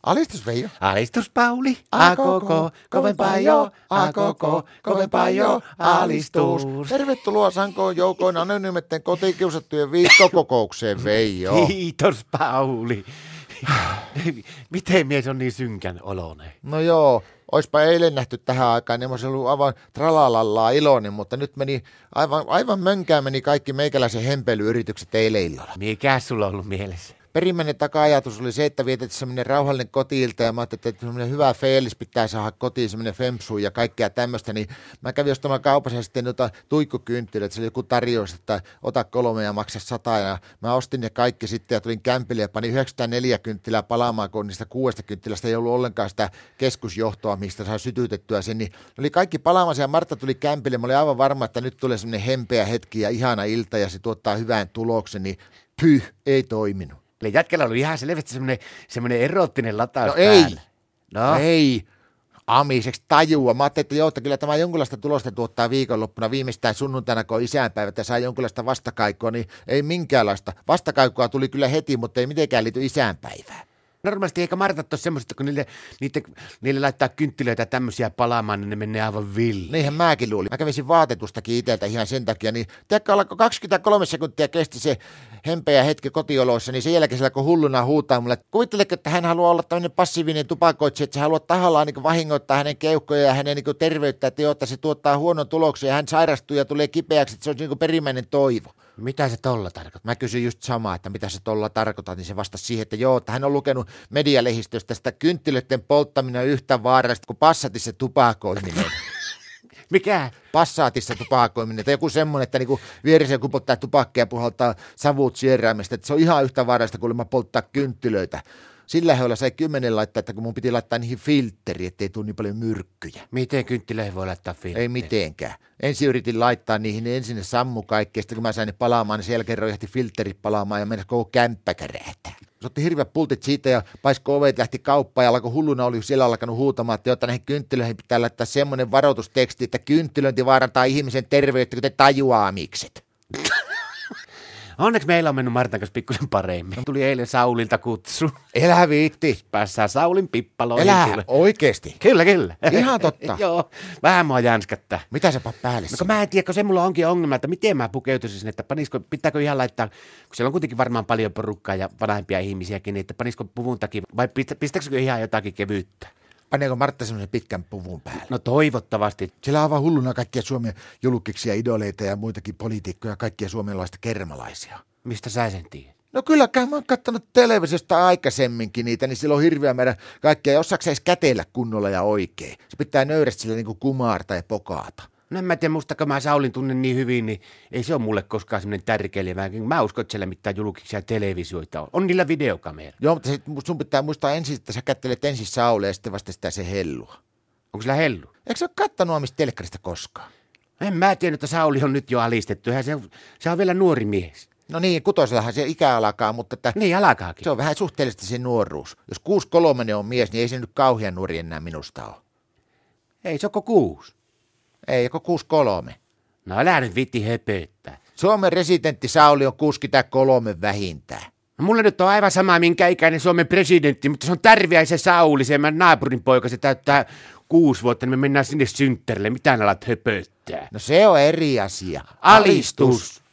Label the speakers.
Speaker 1: Alistus Veijo.
Speaker 2: Alistus Pauli, a koko, kovempaa jo, a koko, kovempaa jo, alistus.
Speaker 1: Tervetuloa Sankoon joukoin anonyymetten kotikiusattujen viikkokokoukseen, Veijo.
Speaker 2: Kiitos Pauli. Miten mies on niin synkän oloinen?
Speaker 1: No joo, oispa eilen nähty tähän aikaan, niin olisi ollut aivan tralalallaa iloinen, mutta nyt meni aivan mönkään meni kaikki meikäläisen hempeilyyritykset eilen illalla.
Speaker 2: Mikä sulla on ollut mielessä?
Speaker 1: Perimmäinen taka-ajatus oli se, että vietettiin semmoinen rauhallinen kotiilta ja mä ajattelin, että semmoinen hyvä feelis pitää saada kotiin, semmoinen fempsu ja kaikkea tämmöistä, niin mä kävin ostamaan kaupassa sitten tuikkukynttilöitä, että se oli joku tarjous, että ota 3 ja maksa 100 ja mä ostin ne kaikki sitten ja tulin kämpille ja panin 904 kynttilää palaamaan, kun niistä 6 kynttilästä ei ollut ollenkaan sitä keskusjohtoa, mistä saa sytytettyä sen, niin oli kaikki palaamassa ja Martta tuli kämpille, mä olin aivan varma, että nyt tulee semmoinen hempeä hetki ja ihana ilta ja se tuottaa hyvän tuloksen, niin ei toiminut.
Speaker 2: Eli jätkällä oli ihan selvästi semmoinen erottinen lataus
Speaker 1: No
Speaker 2: päällä.
Speaker 1: ei. Amiseksi tajua. Mä ajattelin, että joo, että kyllä tämä jonkinlaista tulosta tuottaa viikonloppuna viimeistään sunnuntaina, kun on isänpäivät ja saa jonkinlaista vastakaikua, niin ei minkäänlaista. Vastakaikua tuli kyllä heti, mutta ei mitenkään liity isänpäivään.
Speaker 2: Normaalisti eikä Martat ole semmoista, kun niille laittaa kynttilöitä tämmöisiä palaamaan, niin ne menee aivan villiin.
Speaker 1: Niinhän mäkin luulin. Mä kävisin vaatetustakin itseltä ihan sen takia, niin tiedätkö, alkoi 23 sekuntia kesti se hempeä hetki kotioloissa, niin sen jälkeen se alkoi hulluna huutaa mulle, että kuvitteleko, että hän haluaa olla tämmöinen passiivinen tupakoitsija, että se haluaa tahallaan niin vahingoittaa hänen keuhkoja ja hänen niin terveyttä, että jotta se tuottaa huonon tuloksen ja hän sairastuu ja tulee kipeäksi, että se on niin perimmäinen toivo.
Speaker 2: Mitä se tolla tarkoittaa?
Speaker 1: Mä kysyin just samaa, että mitä se tolla tarkoittaa, niin se vastasi siihen, että joo, että hän on lukenut medialehdistöstä sitä kynttilöiden polttaminen on yhtä vaarallista kuin Passatissa tupakoiminen.
Speaker 2: Mikä?
Speaker 1: Passaatissa tupakoiminen, tai joku semmoinen, että niinku vieressä joku polttaa tupakkia ja puhaltaa savut sieräämistä, että se on ihan yhtä vaarallista kuin mä polttaa kynttilöitä. Sillä heillä sai 10 laittaa, että kun mun piti laittaa niihin filtteri, ettei tule niin paljon myrkkyjä.
Speaker 2: Miten kynttilöihin voi laittaa filtteri?
Speaker 1: Ei mitenkään. Ensin yritin laittaa niihin, niin ensin ne sammu kaikki, ja sitten kun mä sain ne palaamaan, niin sen jälkeen roihti filterit palaamaan ja mennä koko kämppä kärähtää. Se otti hirveät pultit siitä ja paisko ovet, lähti kauppaan ja alkoi hulluna, oli siellä alkanut huutamaan, että jotta näihin kynttilöihin pitää laittaa semmoinen varoitusteksti, että kynttilöinti vaarantaa ihmisen terveyttä, kun te tajuaa mikset.
Speaker 2: Onneksi meillä on mennyt Martan kanssa pikkusen paremmin. Tuli eilen Saulilta kutsu.
Speaker 1: Elä viitti.
Speaker 2: Päässään Saulin pippaloihin.
Speaker 1: Elä oikeesti.
Speaker 2: Kyllä.
Speaker 1: Ihan totta.
Speaker 2: Joo, vähän mua jänskättää.
Speaker 1: Mitä se pan päälle?
Speaker 2: No kun mä en tiedä, kun se mulla onkin ongelma, että miten mä pukeutuisin, että pitääkö ihan laittaa, kun siellä on kuitenkin varmaan paljon porukkaa ja vanhempia ihmisiäkin, niin että panisiko puvun takia, vai pistäkö ihan jotakin kevyyttä?
Speaker 1: Paneeko Martta semmoisen pitkän puvun päälle?
Speaker 2: No toivottavasti.
Speaker 1: Siellä on aivan hulluna kaikkia Suomen julkkiksia, idoleita ja muitakin poliitikkoja, kaikkia suomalaista kermalaisia.
Speaker 2: Mistä sä sen tiedät?
Speaker 1: No kylläkään mä oon kattonut televisiosta aikaisemminkin niitä, niin sillä on hirveä määrä kaikkia, ja osaako edes käteillä kunnolla ja oikein. Se pitää nöyrästi sillä niin kuin kumarta ja pokaata.
Speaker 2: No en mä tiedä, musta kun mä Saulin tunnen niin hyvin, niin ei se ole mulle koskaan semmoinen tärkeä. Mä uskon, että siellä mitään julkisia televisioita on. On niillä videokamera.
Speaker 1: Joo, mutta sun pitää muistaa ensin, että sä kättelet ensin Saulia ja sitten vasta sitä se hellua.
Speaker 2: Onko sillä hellu?
Speaker 1: Eikö sä ole kattanut omista telkkarista koskaan?
Speaker 2: En mä tiedä, että Sauli on nyt jo alistettu. Se on vielä nuori mies.
Speaker 1: No niin, 6:llahan se ikä alkaa, mutta että
Speaker 2: niin alakaakin.
Speaker 1: Se on vähän suhteellisesti se nuoruus. Jos 6'3" on mies, niin ei se nyt kauhean nuori enää minusta ole.
Speaker 2: Ei, se onko 6?
Speaker 1: Ei, joko 6'3".
Speaker 2: No älä nyt vitti höpöttää.
Speaker 1: Suomen residentti Sauli on 63 vähintään.
Speaker 2: No mulle nyt on aivan sama, minkä ikäinen Suomen presidentti, mutta se on Tärviäisen Sauli, se naapurin poika, se täyttää 6 vuotta, niin me mennään sinne synttärille. Mitä ne alat höpöttää?
Speaker 1: No se on eri asia.
Speaker 2: Alistus.